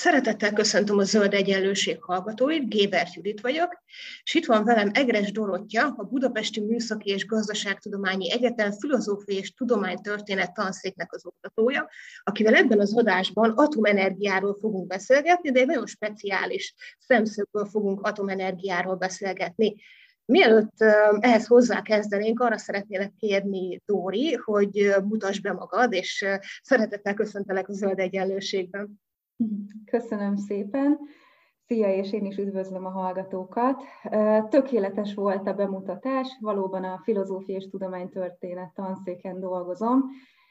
Szeretettel köszöntöm a Zöld Egyenlőség hallgatóit, Gébert Judit vagyok, és itt van velem Egres Dorottya, a Budapesti Műszaki és Gazdaságtudományi Egyetem Filozófiai és Tudománytörténet tanszéknek az oktatója, akivel ebben az adásban atomenergiáról fogunk beszélgetni, de egy nagyon speciális szemszögből fogunk atomenergiáról beszélgetni. Mielőtt ehhez hozzákezdenénk, arra szeretnélek kérni, Dóri, hogy mutasd be magad, és szeretettel köszöntelek a Zöld Egyenlőségben. Köszönöm szépen. Szia, és én is üdvözlöm a hallgatókat. Tökéletes volt a bemutatás, valóban a Filozófiai és Tudománytörténet tanszéken dolgozom,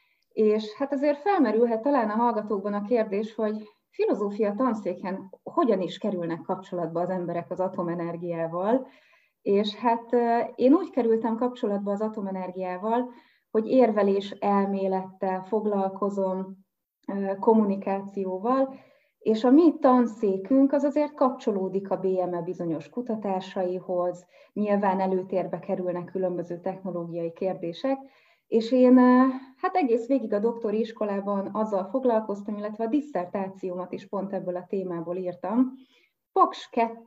és hát azért felmerülhet talán a hallgatókban a kérdés, hogy filozófia tanszéken hogyan is kerülnek kapcsolatba az emberek az atomenergiával, és hát én úgy kerültem kapcsolatba az atomenergiával, hogy érvelés elmélettel foglalkozom, kommunikációval, és a mi tanszékünk az azért kapcsolódik a BME bizonyos kutatásaihoz, nyilván előtérbe kerülnek különböző technológiai kérdések, és én hát egész végig a doktori iskolában azzal foglalkoztam, illetve a disszertációmat is pont ebből a témából írtam. Paks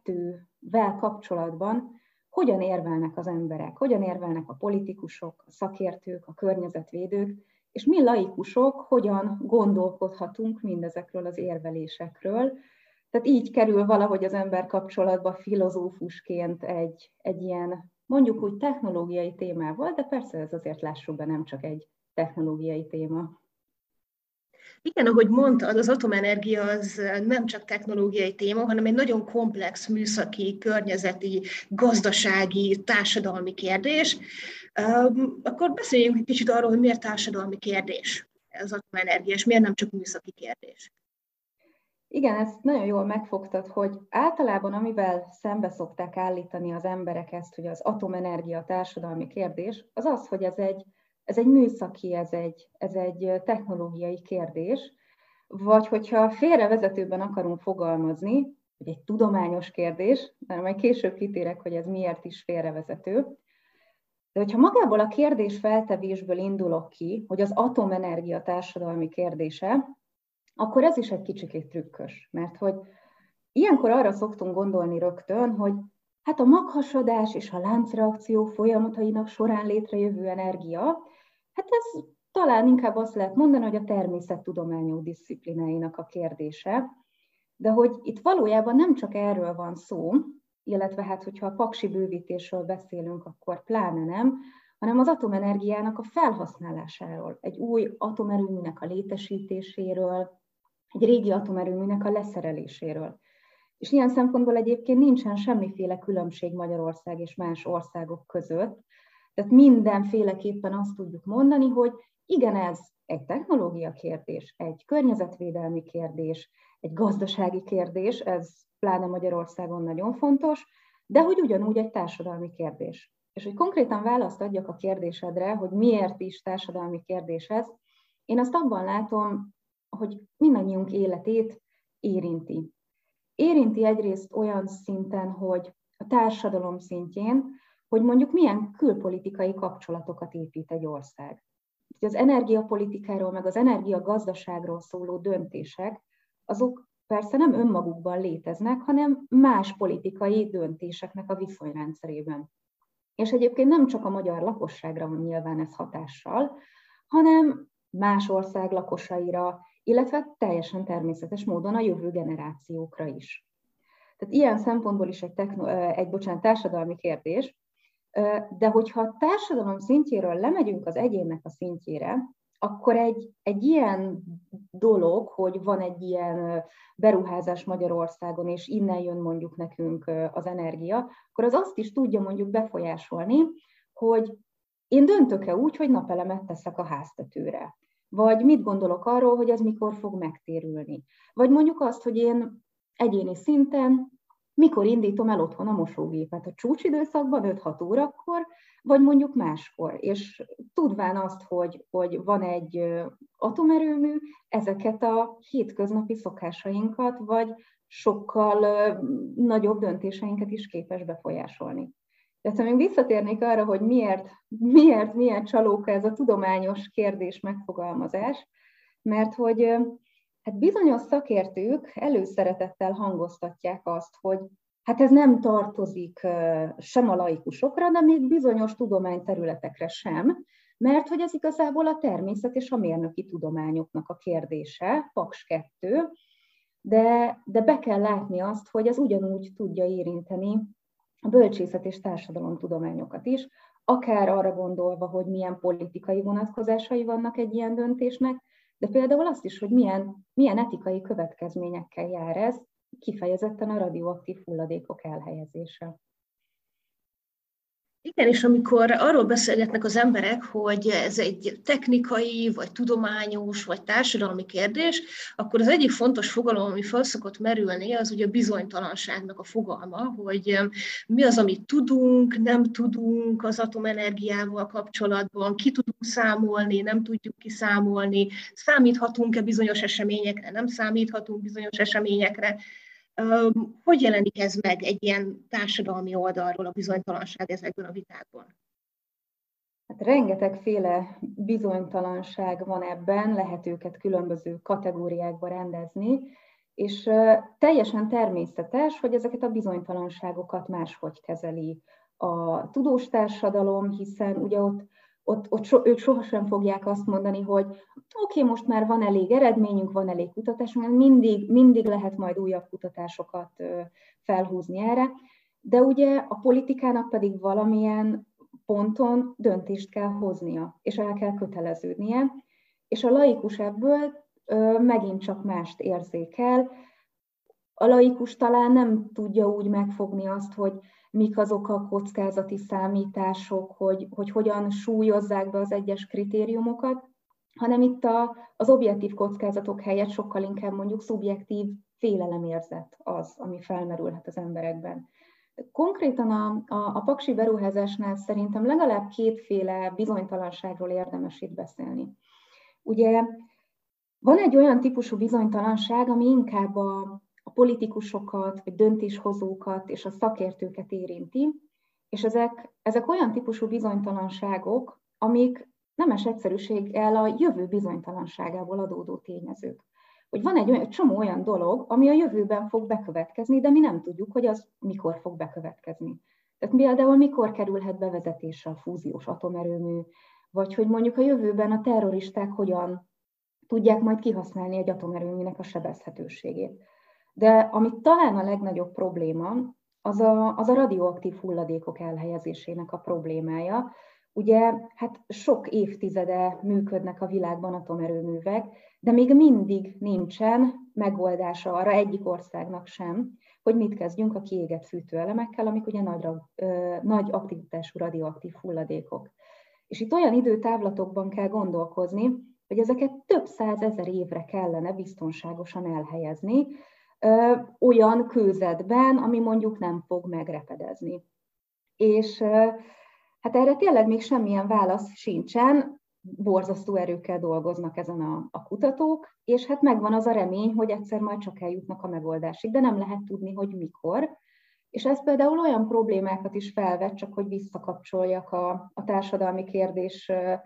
2-vel kapcsolatban hogyan érvelnek az emberek, hogyan érvelnek a politikusok, a szakértők, a környezetvédők, és mi laikusok hogyan gondolkodhatunk mindezekről az érvelésekről. Tehát így kerül valahogy az ember kapcsolatba filozófusként egy ilyen, mondjuk úgy technológiai témával, de persze ez azért lássuk be nem csak egy technológiai téma. Igen, ahogy mondtad, az atomenergia az nem csak technológiai téma, hanem egy nagyon komplex műszaki, környezeti, gazdasági, társadalmi kérdés. Akkor beszéljünk egy kicsit arról, hogy miért társadalmi kérdés az atomenergia, és miért nem csak műszaki kérdés. Igen, ezt nagyon jól megfogtad, hogy általában amivel szembe szokták állítani az emberek ezt, hogy az atomenergia társadalmi kérdés, az az, hogy ez egy műszaki, ez egy technológiai kérdés, vagy hogyha félrevezetőben akarunk fogalmazni, hogy egy tudományos kérdés, de majd később kitérek, hogy ez miért is félrevezető, de hogyha magából a kérdés feltevésből indulok ki, hogy az atomenergia társadalmi kérdése, akkor ez is egy kicsikét trükkös, mert hogy ilyenkor arra szoktunk gondolni rögtön, hogy hát a maghasadás és a láncreakció folyamatainak során létrejövő energia, hát ez talán inkább azt lehet mondani, hogy a természettudományok diszciplináinak a kérdése, de hogy itt valójában nem csak erről van szó, illetve hát, hogyha a paksi bővítésről beszélünk, akkor pláne nem, hanem az atomenergiának a felhasználásáról, egy új atomerőműnek a létesítéséről, egy régi atomerőműnek a leszereléséről. És ilyen szempontból egyébként nincsen semmiféle különbség Magyarország és más országok között. Tehát mindenféleképpen azt tudjuk mondani, hogy igen, ez egy technológia kérdés, egy környezetvédelmi kérdés, egy gazdasági kérdés, ez pláne Magyarországon nagyon fontos, de hogy ugyanúgy egy társadalmi kérdés. És hogy konkrétan választ adjak a kérdésedre, hogy miért is társadalmi kérdés ez, én azt abban látom, hogy mindannyiunk életét érinti. Érinti egyrészt olyan szinten, hogy a társadalom szintjén, hogy mondjuk milyen külpolitikai kapcsolatokat épít egy ország. Az energiapolitikáról, meg az energiagazdaságról szóló döntések, azok persze nem önmagukban léteznek, hanem más politikai döntéseknek a viszonyrendszerében. És egyébként nem csak a magyar lakosságra van nyilván ez hatással, hanem más ország lakosaira, illetve teljesen természetes módon a jövő generációkra is. Tehát ilyen szempontból is egy társadalmi kérdés, de hogyha a társadalom szintjéről lemegyünk az egyénnek a szintjére, akkor egy ilyen dolog, hogy van egy ilyen beruházás Magyarországon, és innen jön mondjuk nekünk az energia, akkor az azt is tudja mondjuk befolyásolni, hogy én döntök-e úgy, hogy napelemet teszek a háztetőre. Vagy mit gondolok arról, hogy ez mikor fog megtérülni. Vagy mondjuk azt, hogy én egyéni szinten mikor indítom el otthon a mosógépet, a csúcsidőszakban 5-6 órakor, vagy mondjuk máskor. És tudván azt, hogy van egy atomerőmű, ezeket a hétköznapi szokásainkat, vagy sokkal nagyobb döntéseinket is képes befolyásolni. Tehát ha még visszatérnék arra, hogy miért csalóka ez a tudományos kérdés megfogalmazás, mert hogy Hát bizonyos szakértők előszeretettel hangoztatják azt, hogy hát ez nem tartozik sem a laikusokra, de még bizonyos tudományterületekre sem, mert hogy ez igazából a természet és a mérnöki tudományoknak a kérdése, Paks 2, de be kell látni azt, hogy ez ugyanúgy tudja érinteni a bölcsészet és társadalomtudományokat is, akár arra gondolva, hogy milyen politikai vonatkozásai vannak egy ilyen döntésnek, de például azt is, hogy milyen etikai következményekkel jár ez, kifejezetten a radioaktív hulladékok elhelyezése. Igen, és amikor arról beszélgetnek az emberek, hogy ez egy technikai, vagy tudományos, vagy társadalmi kérdés, akkor az egyik fontos fogalom, ami fel szokott merülni, az ugye a bizonytalanságnak a fogalma, hogy mi az, amit tudunk, nem tudunk az atomenergiával kapcsolatban, ki tudunk számolni, nem tudjuk kiszámolni, számíthatunk-e bizonyos eseményekre, nem számíthatunk bizonyos eseményekre. Hogy jelenik ez meg egy ilyen társadalmi oldalról a bizonytalanság ezekben a vitákban? Hát rengetegféle bizonytalanság van ebben, lehet őket különböző kategóriákba rendezni, és teljesen természetes, hogy ezeket a bizonytalanságokat máshogy kezeli a tudós társadalom, hiszen ugye ők sohasem fogják azt mondani, hogy oké, most már van elég eredményünk, van elég kutatásunk, mindig lehet majd újabb kutatásokat felhúzni erre, de ugye a politikának pedig valamilyen ponton döntést kell hoznia, és el kell köteleződnie, és a laikus ebből megint csak mást érzékel. A laikus talán nem tudja úgy megfogni azt, hogy mik azok a kockázati számítások, hogy hogyan súlyozzák be az egyes kritériumokat, hanem itt az objektív kockázatok helyett sokkal inkább mondjuk szubjektív félelemérzet az, ami felmerülhet az emberekben. Konkrétan a paksi beruházásnál szerintem legalább kétféle bizonytalanságról érdemes itt beszélni. Ugye van egy olyan típusú bizonytalanság, ami inkább a politikusokat, vagy döntéshozókat és a szakértőket érinti, és ezek olyan típusú bizonytalanságok, amik nemes egyszerűséggel a jövő bizonytalanságából adódó tényezők. Hogy van egy csomó olyan dolog, ami a jövőben fog bekövetkezni, de mi nem tudjuk, hogy az mikor fog bekövetkezni. Tehát például mikor kerülhet bevezetésre a fúziós atomerőmű, vagy hogy mondjuk a jövőben a terroristák hogyan tudják majd kihasználni egy atomerőműnek a sebezhetőségét. De amit talán a legnagyobb probléma, az a radioaktív hulladékok elhelyezésének a problémája. Ugye, hát sok évtizede működnek a világban atomerőművek, de még mindig nincsen megoldása arra egyik országnak sem, hogy mit kezdjünk a kiégett fűtőelemekkel, amik ugye nagy aktivitású radioaktív hulladékok. És itt olyan időtávlatokban kell gondolkozni, hogy ezeket több százezer évre kellene biztonságosan elhelyezni, olyan kőzetben, ami mondjuk nem fog megrepedezni. És hát erre tényleg még semmilyen válasz sincsen, borzasztó erőkkel dolgoznak ezen a kutatók, és hát megvan az a remény, hogy egyszer majd csak eljutnak a megoldásig, de nem lehet tudni, hogy mikor. És ez például olyan problémákat is felvet, csak hogy visszakapcsoljak a társadalmi kérdéshez,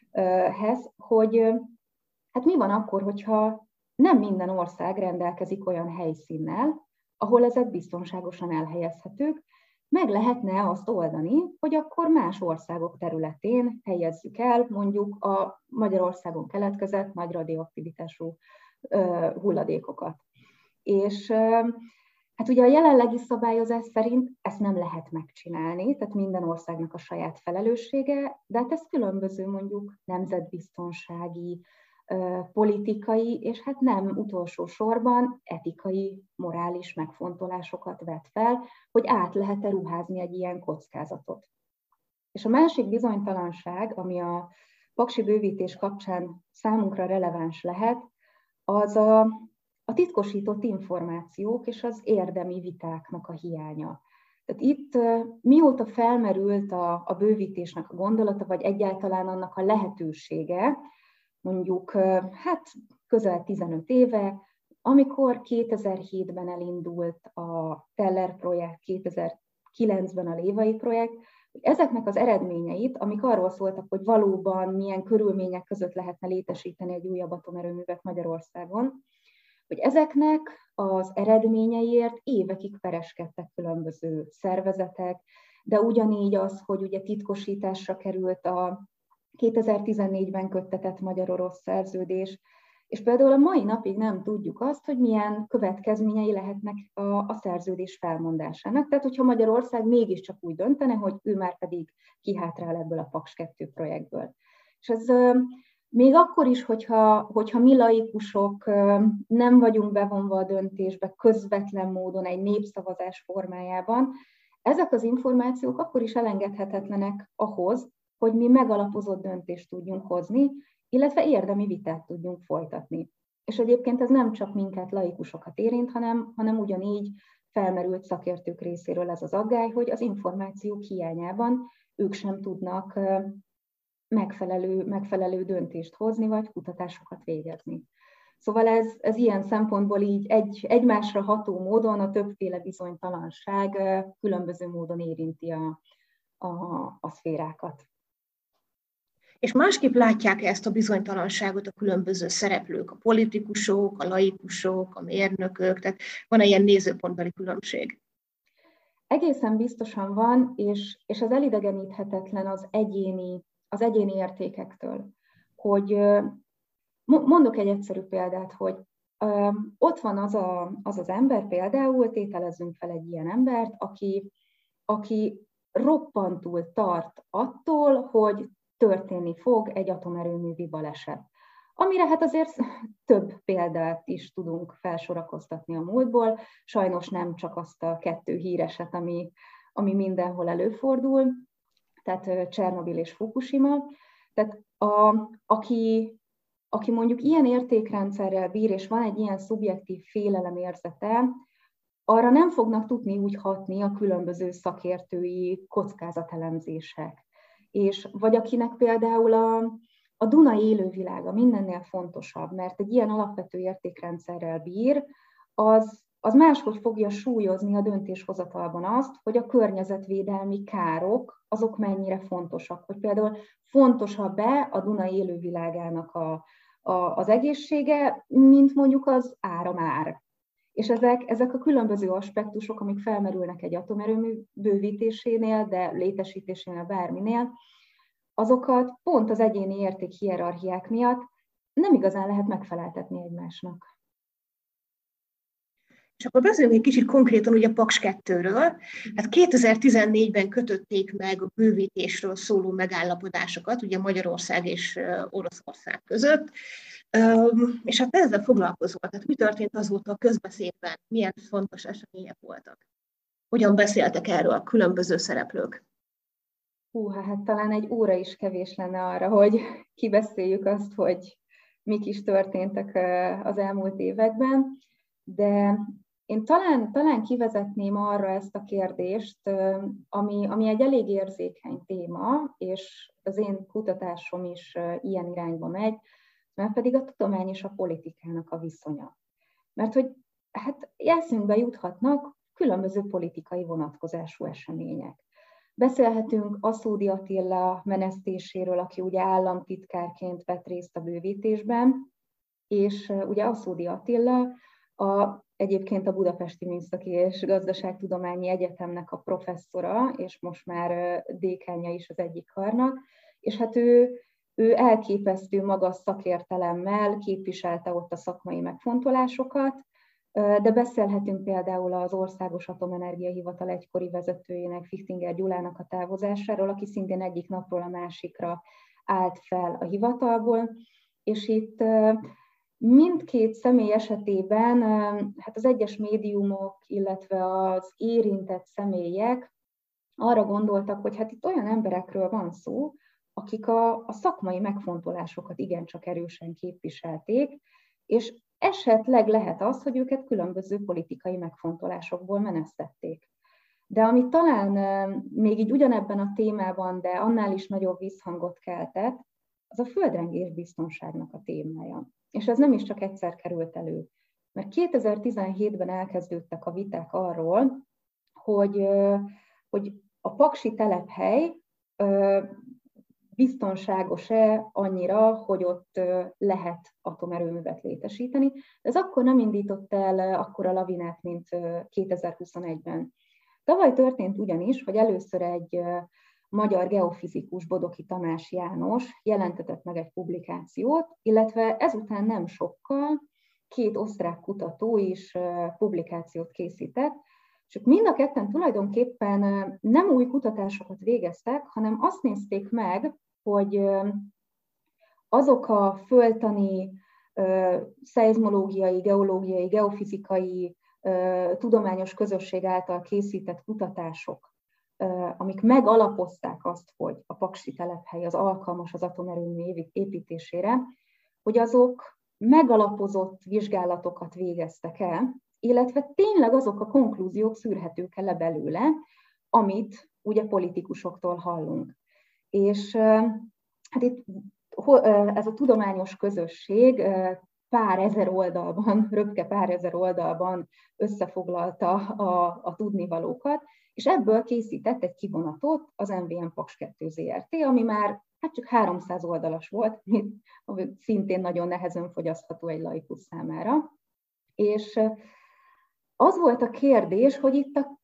hogy hát mi van akkor, hogyha nem minden ország rendelkezik olyan helyszínnel, ahol ezek biztonságosan elhelyezhetők, meg lehetne azt oldani, hogy akkor más országok területén helyezzük el mondjuk a Magyarországon keletkezett nagy radioaktivitású hulladékokat. És hát ugye a jelenlegi szabályozás szerint ezt nem lehet megcsinálni, tehát minden országnak a saját felelőssége, de hát ez különböző mondjuk nemzetbiztonsági, politikai, és hát nem utolsó sorban etikai, morális megfontolásokat vet fel, hogy át lehet-e ruházni egy ilyen kockázatot. És a másik bizonytalanság, ami a paksi bővítés kapcsán számunkra releváns lehet, az a titkosított információk és az érdemi vitáknak a hiánya. Tehát itt mióta felmerült a bővítésnek a gondolata, vagy egyáltalán annak a lehetősége, mondjuk hát közel 15 éve, amikor 2007-ben elindult a Teller projekt, 2009-ben a Lévai projekt, ezeknek az eredményeit, amik arról szóltak, hogy valóban milyen körülmények között lehetne létesíteni egy újabb atomerőművet Magyarországon, ezeknek az eredményeiért évekig pereskedtek különböző szervezetek, de ugyanígy az, hogy ugye titkosításra került a 2014-ben köttetett magyar-orosz szerződés, és például a mai napig nem tudjuk azt, hogy milyen következményei lehetnek a szerződés felmondásának. Tehát, hogyha Magyarország mégiscsak úgy döntene, hogy ő már pedig kihátrál ebből a Paks 2 projektből. És ez még akkor is, hogyha mi laikusok nem vagyunk bevonva a döntésbe közvetlen módon egy népszavazás formájában, ezek az információk akkor is elengedhetetlenek ahhoz, hogy mi megalapozott döntést tudjunk hozni, illetve érdemi vitát tudjunk folytatni. És egyébként ez nem csak minket, laikusokat érint, hanem ugyanígy felmerült szakértők részéről ez az aggály, hogy az információk hiányában ők sem tudnak megfelelő döntést hozni, vagy kutatásokat végezni. Szóval ez ilyen szempontból így egymásra ható módon a többféle bizonytalanság különböző módon érinti a szférákat. És másképp látják ezt a bizonytalanságot a különböző szereplők, a politikusok, a laikusok, a mérnökök, tehát van-e ilyen nézőpontbeli különbség? Egészen biztosan van, és az elidegeníthetetlen az egyéni értékektől. Hogy mondok egy egyszerű példát, hogy ott van az ember, például tételezzünk fel egy ilyen embert, aki roppantul tart attól, hogy történni fog egy atomerőművi baleset. Amire hát azért több példát is tudunk felsorakoztatni a múltból, sajnos nem csak azt a 2 híreset, ami mindenhol előfordul, tehát Csernobil és Fukushima. Tehát aki mondjuk ilyen értékrendszerrel bír, és van egy ilyen szubjektív félelemérzete, arra nem fognak tudni úgy hatni a különböző szakértői kockázatelemzések. Vagy akinek például a Duna élővilága mindennél fontosabb, mert egy ilyen alapvető értékrendszerrel bír, az máshogy fogja súlyozni a döntéshozatalban azt, hogy a környezetvédelmi károk azok mennyire fontosak. Hogy például fontosabb-e a Duna élővilágának az egészsége, mint mondjuk az áramár. És ezek a különböző aspektusok, amik felmerülnek egy atomerőmű bővítésénél, de létesítésénél, bárminél, azokat pont az egyéni értékhierarchiák miatt nem igazán lehet megfeleltetni egymásnak. És akkor beszéljünk egy kicsit konkrétan ugye a Paks 2-ről. Hát 2014-ben kötötték meg a bővítésről szóló megállapodásokat, ugye Magyarország és Oroszország között. És hát ezzel foglalkozunk. Tehát mi történt azóta a közbeszédben? Milyen fontos események voltak? Hogyan beszéltek erről a különböző szereplők? Hát talán egy óra is kevés lenne arra, hogy kibeszéljük azt, hogy mik is történtek az elmúlt években, de én talán kivezetném arra ezt a kérdést, ami egy elég érzékeny téma, és az én kutatásom is ilyen irányba megy, mert pedig a tudomány és a politikának a viszonya. Mert hogy hát eszünkbe juthatnak különböző politikai vonatkozású események. Beszélhetünk Aszódi Attila menesztéséről, aki ugye államtitkárként vett részt a bővítésben, és ugye Aszódi Attila egyébként a Budapesti Műszaki és Gazdaságtudományi Egyetemnek a professzora, és most már dékánja is az egyik karnak, és hát ő elképesztő magas szakértelemmel képviselte ott a szakmai megfontolásokat, de beszélhetünk például az Országos Atomenergia Hivatal egykori vezetőjének, Fichtinger Gyulának a távozásáról, aki szintén egyik napról a másikra állt fel a hivatalból, és itt mindkét személy esetében hát az egyes médiumok, illetve az érintett személyek arra gondoltak, hogy hát itt olyan emberekről van szó, akik a szakmai megfontolásokat igencsak erősen képviselték, és esetleg lehet az, hogy őket különböző politikai megfontolásokból menesztették. De ami talán még így ugyanebben a témában, de annál is nagyobb visszhangot keltett, az a földrengés biztonságnak a témája. És ez nem is csak egyszer került elő. Mert 2017-ben elkezdődtek a viták arról, hogy a paksi telephely biztonságos-e annyira, hogy ott lehet atomerőművet létesíteni. Ez akkor nem indított el akkora lavinát, mint 2021-ben. Tavaly történt ugyanis, hogy először egy magyar geofizikus, Bodoki Tamás János jelentetett meg egy publikációt, illetve ezután nem sokkal 2 osztrák kutató is publikációt készített, és mind a ketten tulajdonképpen nem új kutatásokat végeztek, hanem azt nézték meg, hogy azok a földtani, szeizmológiai, geológiai, geofizikai, tudományos közösség által készített kutatások, amik megalapozták azt, hogy a paksi telephely az alkalmas az atomerőmű építésére, hogy azok megalapozott vizsgálatokat végeztek el, illetve tényleg azok a konklúziók szűrhetők le belőle, amit ugye politikusoktól hallunk. És hát itt ez a tudományos közösség pár ezer oldalban, röpke pár ezer oldalban összefoglalta a tudnivalókat, és ebből készített egy kivonatot az MVM Paks 2 Zrt., ami már csak 300 oldalas volt, ami szintén nagyon nehezen fogyasztható egy laikus számára. És az volt a kérdés, hogy itt a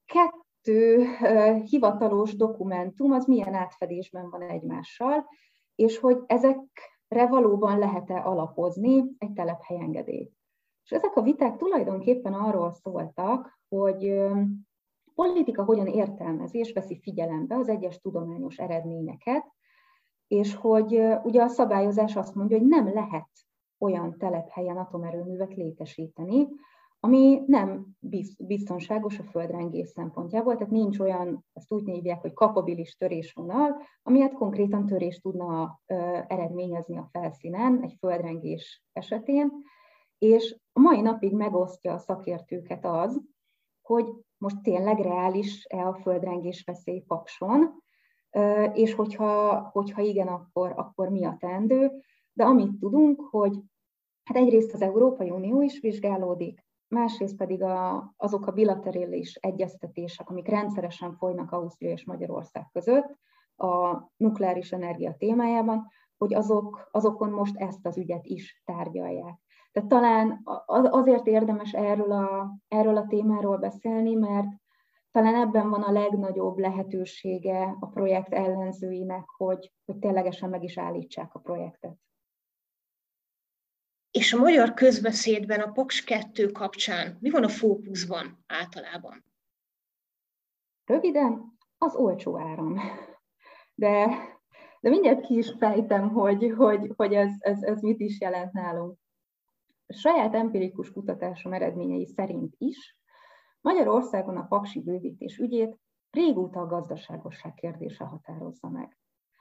2 hivatalos dokumentum az milyen átfedésben van egymással, és hogy ezekre valóban lehet-e alapozni egy telephelyengedélyt. És ezek a viták tulajdonképpen arról szóltak, hogy politika hogyan értelmezi és veszi figyelembe az egyes tudományos eredményeket, és hogy ugye a szabályozás azt mondja, hogy nem lehet olyan telephelyen atomerőművet létesíteni, ami nem biztonságos a földrengés szempontjából, tehát nincs olyan, ezt úgy hívják, hogy kapabilis törésvonal, ami hát konkrétan törést tudna eredményezni a felszínen egy földrengés esetén, és a mai napig megosztja a szakértőket az, hogy most tényleg reális-e a földrengés veszély Pakson, és hogyha igen, akkor mi a teendő. De amit tudunk, hogy hát egyrészt az Európai Unió is vizsgálódik, másrészt pedig azok a bilaterális egyeztetések, amik rendszeresen folynak Ausztria és Magyarország között a nukleáris energia témájában, hogy azokon most ezt az ügyet is tárgyalják. Tehát talán azért érdemes erről a témáról beszélni, mert talán ebben van a legnagyobb lehetősége a projekt ellenzőinek, hogy ténylegesen meg is állítsák a projektet. És a magyar közbeszédben a Paks 2 kapcsán mi van a fókuszban általában? Röviden, az olcsó áram. De mindjárt ki is fejtem, hogy ez mit is jelent nálunk. A saját empirikus kutatásom eredményei szerint is Magyarországon a paksi bővítés ügyét régóta a gazdaságosság kérdése határozza meg.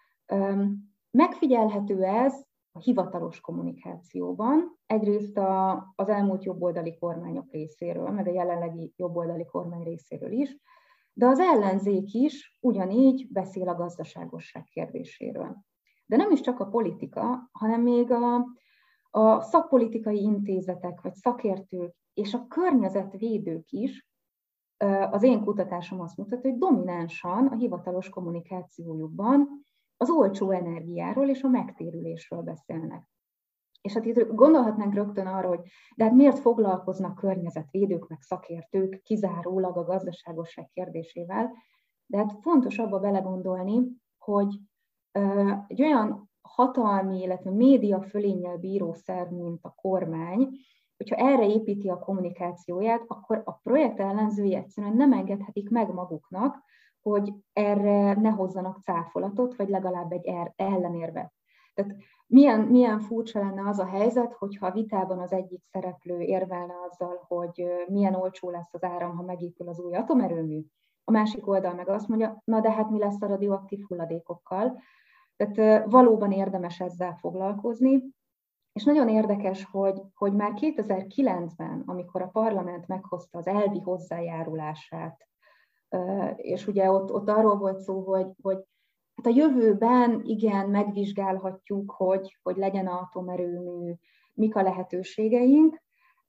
Megfigyelhető ez a hivatalos kommunikációban, egyrészt az elmúlt jobboldali kormányok részéről, meg a jelenlegi jobboldali kormány részéről is, de az ellenzék is ugyanígy beszél a gazdaságosság kérdéséről. De nem is csak a politika, hanem még a szakpolitikai intézetek, vagy szakértők és a környezetvédők is, az én kutatásom azt mutatja, hogy dominánsan a hivatalos kommunikációjukban az olcsó energiáról és a megtérülésről beszélnek. És hát itt gondolhatnánk rögtön arra, hogy de hát miért foglalkoznak környezetvédők, meg szakértők kizárólag a gazdaságosság kérdésével, de hát fontos abba belegondolni, hogy egy olyan hatalmi, illetve média fölénnyel bíró szerv, mint a kormány, hogyha erre építi a kommunikációját, akkor a projekt ellenzői egyszerűen nem engedhetik meg maguknak, hogy erre ne hozzanak cáfolatot, vagy legalább egy ellenérvet. Tehát milyen furcsa lenne az a helyzet, hogyha a vitában az egyik szereplő érvelne azzal, hogy milyen olcsó lesz az áram, ha megépül az új atomerőmű. A másik oldal meg azt mondja, na de hát mi lesz a radioaktív hulladékokkal. Tehát valóban érdemes ezzel foglalkozni. És nagyon érdekes, hogy már 2009-ben, amikor a parlament meghozta az elvi hozzájárulását, és ugye ott arról volt szó, hogy hát a jövőben igen, megvizsgálhatjuk, hogy legyen atomerőmű, mik a lehetőségeink.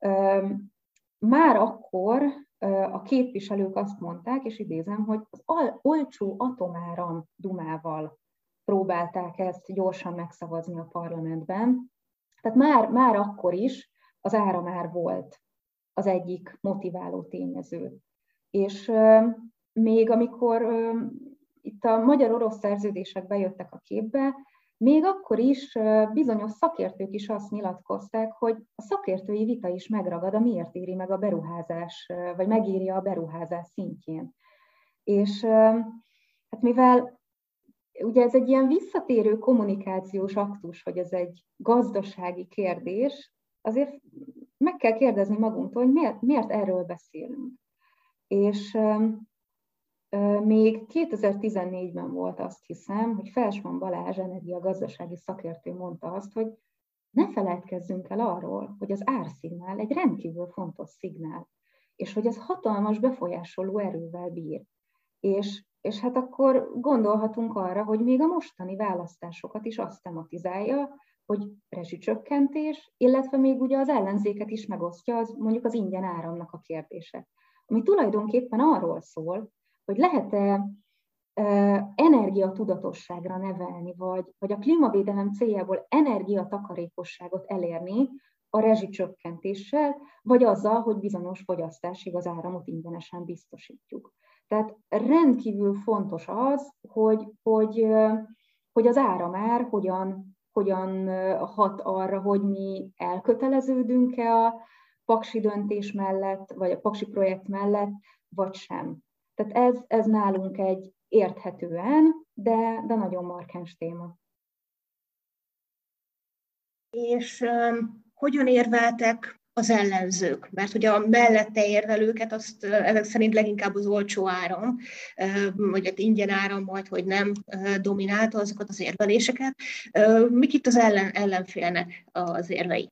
Már akkor a képviselők azt mondták, és idézem, hogy az olcsó atomáram dumával próbálták ezt gyorsan megszavazni a parlamentben. Tehát már akkor is az áramár volt az egyik motiváló tényező. És még amikor itt a magyar-orosz szerződések bejöttek a képbe, még akkor is bizonyos szakértők is azt nyilatkozták, hogy a szakértői vita is megragad, a miért éri meg a beruházás, vagy megírja a beruházás szintjén. És hát mivel ugye ez egy ilyen visszatérő kommunikációs aktus, hogy ez egy gazdasági kérdés, azért meg kell kérdezni magunktól, hogy miért erről beszélünk. És még 2014-ben volt, azt hiszem, hogy Felsman Balázs energiagazdasági szakértő mondta azt, hogy ne feledkezzünk el arról, hogy az árszignál egy rendkívül fontos szignál, és hogy ez hatalmas befolyásoló erővel bír. És hát akkor gondolhatunk arra, hogy még a mostani választásokat is azt tematizálja, hogy rezsicsökkentés, illetve még ugye az ellenzéket is megosztja mondjuk az ingyen áramnak a kérdése. Ami tulajdonképpen arról szól, hogy lehet-e energiatudatosságra nevelni, vagy a klímavédelem céljából energiatakarékosságot elérni a rezsicsökkentéssel, vagy azzal, hogy bizonyos fogyasztásig az áramot ingyenesen biztosítjuk. Tehát rendkívül fontos az, hogy az áramár hogyan hat arra, hogy mi elköteleződünk-e a paksi döntés mellett, vagy a paksi projekt mellett, vagy sem. Tehát ez nálunk egy érthetően, de nagyon markáns téma. És hogyan érveltek az ellenzők? Mert ugye a mellette érvelőket azt ezek szerint leginkább az olcsó áram, vagy ingyen áram majd, hogy nem dominálta azokat az érveléseket. Mik itt az ellenfélnek az érvei?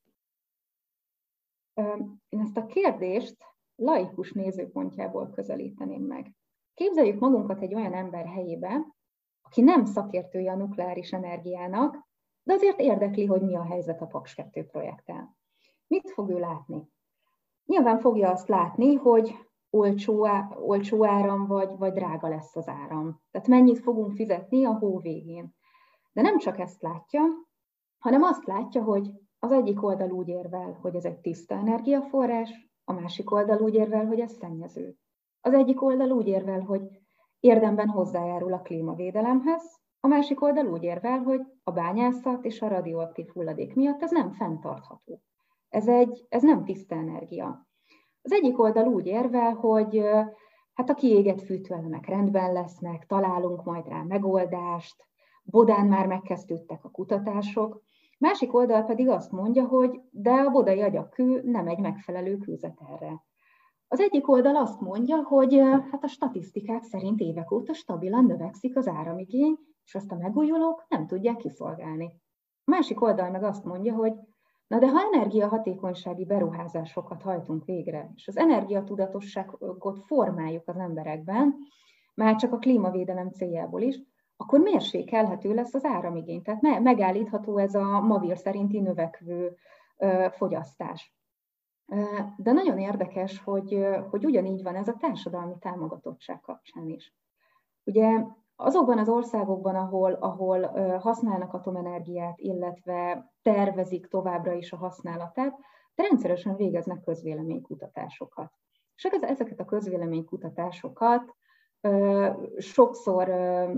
Én ezt a kérdést laikus nézőpontjából közelíteném meg. Képzeljük magunkat egy olyan ember helyébe, aki nem szakértője a nukleáris energiának, de azért érdekli, hogy mi a helyzet a Paks 2 projekttel. Mit fog ő látni? Nyilván fogja azt látni, hogy olcsó áram vagy drága lesz az áram. Tehát mennyit fogunk fizetni a hó végén. De nem csak ezt látja, hanem azt látja, hogy az egyik oldal úgy érvel, hogy ez egy tiszta energiaforrás, a másik oldal úgy érvel, hogy ez szennyező. Az egyik oldal úgy érvel, hogy érdemben hozzájárul a klímavédelemhez, a másik oldal úgy érvel, hogy a bányászat és a radioaktív hulladék miatt ez nem fenntartható. Ez nem tiszta energia. Az egyik oldal úgy érvel, hogy hát a kiégett fűtőelemek rendben lesznek, találunk majd rá megoldást, Bodán már megkezdődtek a kutatások. Másik oldal pedig azt mondja, hogy de a bodai agyakkő nem egy megfelelő kőzet erre. Az egyik oldal azt mondja, hogy hát a statisztikák szerint évek óta stabilan növekszik az áramigény, és azt a megújulók nem tudják kiszolgálni. A másik oldal meg azt mondja, hogy na de ha energiahatékonysági beruházásokat hajtunk végre, és az energiatudatosságot formáljuk az emberekben, már csak a klímavédelem céljából is, akkor mérsékelhető lesz az áramigény. Tehát megállítható ez a Mavir szerinti növekvő fogyasztás. De nagyon érdekes, hogy ugyanígy van ez a társadalmi támogatottság kapcsán is. Ugye azokban az országokban, ahol használnak atomenergiát, illetve tervezik továbbra is a használatát, de rendszeresen végeznek közvéleménykutatásokat. És ezeket a közvéleménykutatásokat sokszor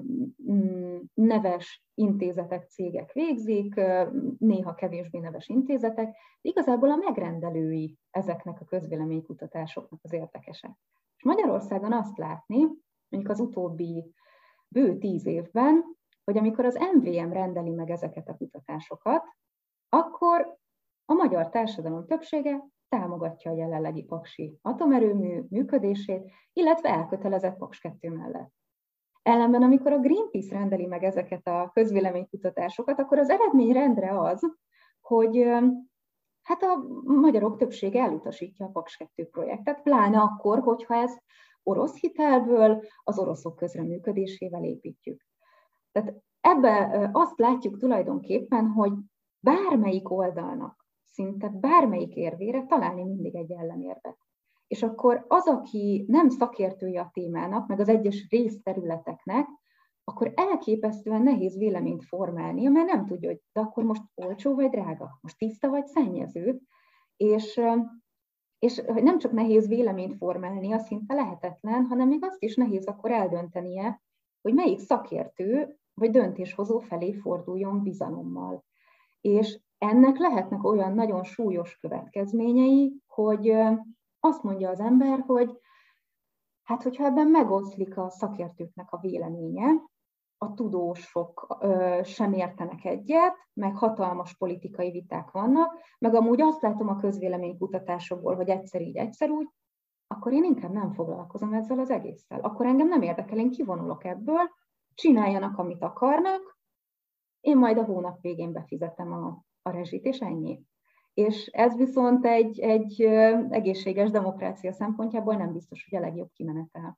neves intézetek, cégek végzik, néha kevésbé neves intézetek, igazából a megrendelői ezeknek a közvéleménykutatásoknak az érdekesek. És Magyarországon azt látni, mondjuk az utóbbi bő 10 évben, hogy amikor az MVM rendeli meg ezeket a kutatásokat, akkor a magyar társadalom többsége támogatja a jelenlegi paksi atomerőmű működését, illetve elkötelezett Paks 2 mellett. Ellenben, amikor a Greenpeace rendeli meg ezeket a közvéleménykutatásokat, akkor az eredmény rendre az, hogy hát a magyarok többsége elutasítja a Paks 2 projektet, pláne akkor, hogyha ez orosz hitelből, az oroszok közreműködésével építjük. Tehát ebben azt látjuk tulajdonképpen, hogy bármelyik oldalnak, szinte bármelyik érvére találni mindig egy ellenérvet. És akkor az, aki nem szakértője a témának, meg az egyes részterületeknek, akkor elképesztően nehéz véleményt formálni, mert nem tudja, hogy de akkor most olcsó vagy drága, most tiszta vagy szennyező, és nem csak nehéz véleményt formálni, az szinte lehetetlen, hanem még azt is nehéz akkor eldöntenie, hogy melyik szakértő vagy döntéshozó felé forduljon bizalommal. És ennek lehetnek olyan nagyon súlyos következményei, hogy azt mondja az ember, hogy hát, hogyha ebben megoszlik a szakértőknek a véleménye, a tudósok sem értenek egyet, meg hatalmas politikai viták vannak, meg amúgy azt látom a közvéleménykutatásokból, hogy egyszer így, egyszer úgy, akkor én inkább nem foglalkozom ezzel az egésszel. Akkor engem nem érdekel, én kivonulok ebből, csináljanak, amit akarnak, én majd a hónap végén befizetem a rezsit, és ennyi. És ez viszont egy egészséges demokrácia szempontjából nem biztos, hogy a legjobb kimenetel.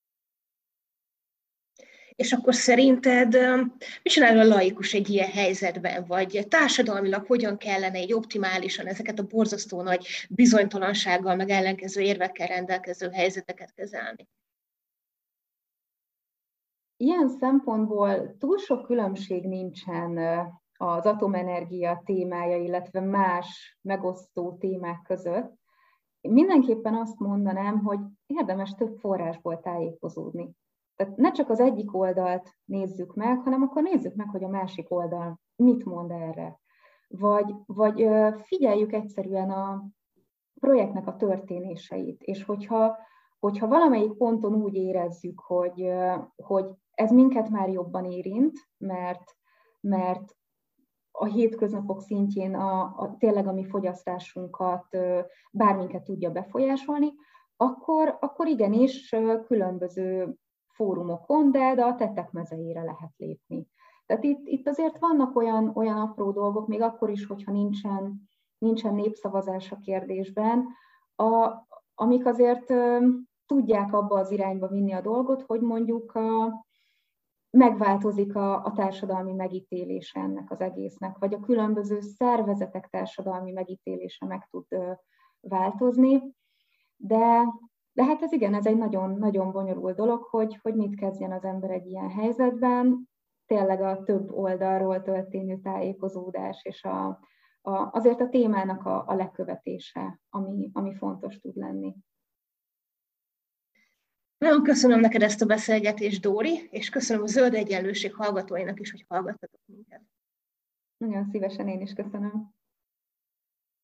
És akkor szerinted mi csinál a laikus egy ilyen helyzetben, vagy társadalmilag hogyan kellene egy optimálisan ezeket a borzasztó nagy bizonytalansággal, meg ellenkező érvekkel rendelkező helyzeteket kezelni? Ilyen szempontból túl sok különbség nincsen az atomenergia témája, illetve más megosztó témák között. Én mindenképpen azt mondanám, hogy érdemes több forrásból tájékozódni. Tehát ne csak az egyik oldalt nézzük meg, hanem akkor nézzük meg, hogy a másik oldal mit mond erre. Vagy figyeljük egyszerűen a projektnek a történéseit, és hogyha valamelyik ponton úgy érezzük, hogy ez minket már jobban érint, mert a hétköznapok szintjén tényleg a mi fogyasztásunkat bárminket tudja befolyásolni, akkor igenis különböző fórumokon, de a tettek mezeire lehet lépni. Tehát itt azért vannak olyan apró dolgok, még akkor is, hogyha nincsen népszavazás a kérdésben, amik azért tudják abba az irányba vinni a dolgot, hogy mondjuk megváltozik a társadalmi megítélése ennek az egésznek, vagy a különböző szervezetek társadalmi megítélése meg tud változni. De hát ez igen, ez egy nagyon bonyolult dolog, hogy mit kezdjen az ember egy ilyen helyzetben. Tényleg a több oldalról történő tájékozódás, és azért a témának a lekövetése, ami fontos tud lenni. Nagyon köszönöm neked ezt a beszélgetést, Dóri, és köszönöm a Zöld Egyenlőség hallgatóinak is, hogy hallgattatok minket. Nagyon szívesen én is köszönöm.